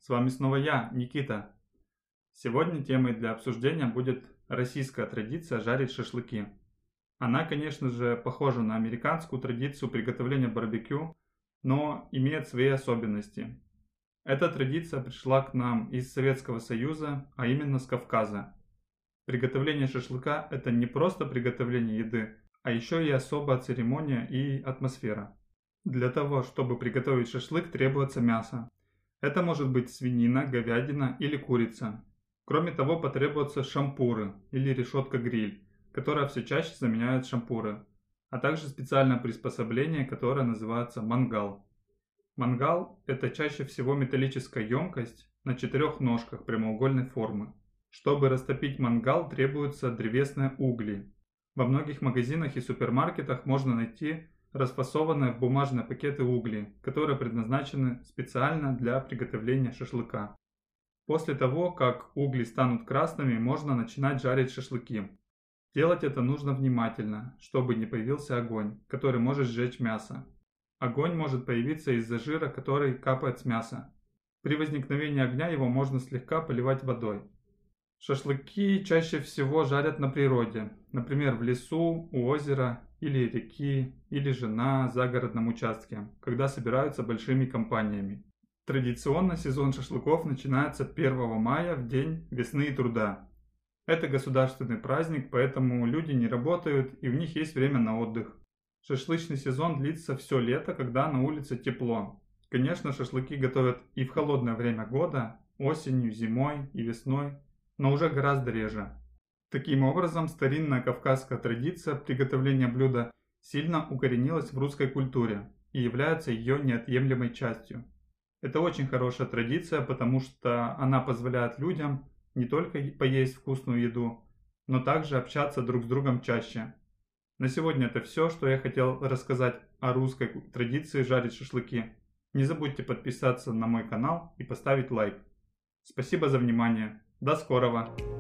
С вами снова я, Никита. Сегодня темой для обсуждения будет российская традиция жарить шашлыки. Она, конечно же, похожа на американскую традицию приготовления барбекю, но имеет свои особенности. Эта традиция пришла к нам из Советского Союза, а именно с Кавказа. Приготовление шашлыка – это не просто приготовление еды, а еще и особая церемония и атмосфера. Для того, чтобы приготовить шашлык, требуется мясо. Это может быть свинина, говядина или курица. Кроме того, потребуются шампуры или решетка-гриль, которая все чаще заменяет шампуры, а также специальное приспособление, которое называется мангал. Мангал – это чаще всего металлическая емкость на 4 ножках прямоугольной формы. Чтобы растопить мангал, требуются древесные угли. Во многих магазинах и супермаркетах можно найти расфасованные в бумажные пакеты угли, которые предназначены специально для приготовления шашлыка. После того, как угли станут красными, можно начинать жарить шашлыки. Делать это нужно внимательно, чтобы не появился огонь, который может сжечь мясо. Огонь может появиться из-за жира, который капает с мяса. При возникновении огня его можно слегка поливать водой. Шашлыки чаще всего жарят на природе, например в лесу, у озера или реки, или же на загородном участке, когда собираются большими компаниями. Традиционно сезон шашлыков начинается 1 мая в день весны и труда. Это государственный праздник, поэтому люди не работают и у них есть время на отдых. Шашлычный сезон длится все лето, когда на улице тепло. Конечно, шашлыки готовят и в холодное время года, осенью, зимой и весной, но уже гораздо реже. Таким образом, старинная кавказская традиция приготовления блюда сильно укоренилась в русской культуре и является ее неотъемлемой частью. Это очень хорошая традиция, потому что она позволяет людям не только поесть вкусную еду, но также общаться друг с другом чаще. На сегодня это все, что я хотел рассказать о русской традиции жарить шашлыки. Не забудьте подписаться на мой канал и поставить лайк. Спасибо за внимание. До скорого!